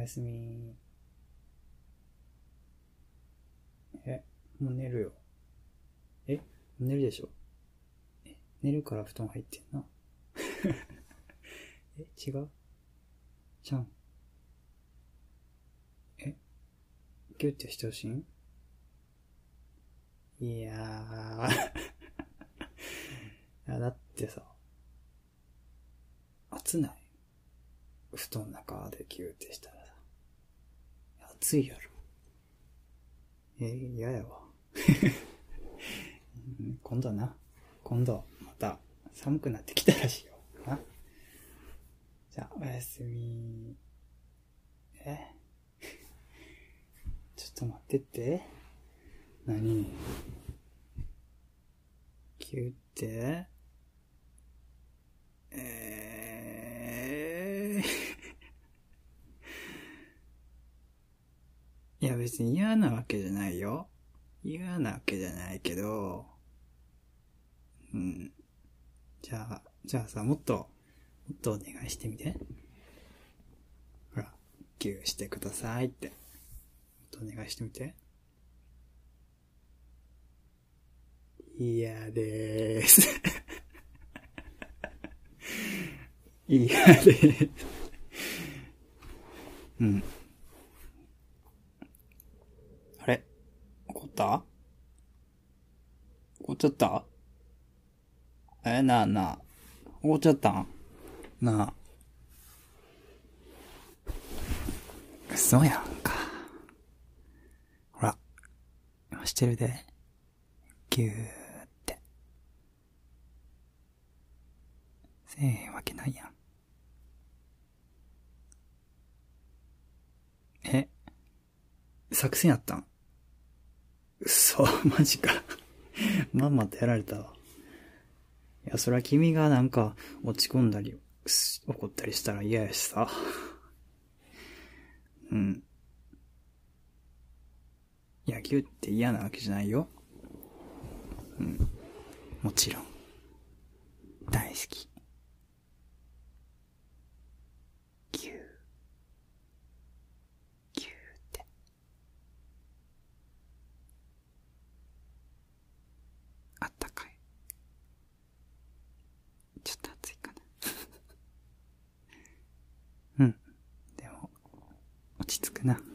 やすみ。もう寝るよ。寝るでしょ。寝るから布団入ってんな。違うちゃん。ギュッてしてほしいん？いやー。だってさ、暑ない？布団の中でギュッてしたらさ。暑いやろ。嫌やわ。今度また寒くなってきたらしいよ。な。じゃあ、おやすみ。ちょっと待ってって。何？キュって。いや別に嫌なわけじゃないよ。嫌なわけじゃないけど、じゃあさ、もっとお願いしてみて。ほら、ギューしてくださいって。もっとお願いしてみて。嫌でーす。嫌でーす。あれ？怒っちゃった？なあ。怒っちゃったん？なあ。嘘やんか。ほら、今してるで。ギューって。せえへんわけないやん。作戦やったん？嘘、マジか。まんまとやられたわ。いや、そりゃ君がなんか落ち込んだり、怒ったりしたら嫌やしさ。野球って嫌なわけじゃないよ。もちろん。大好き。ギュー。ギューって。あったかい。ちょっと暑いかな。でも、落ち着くな。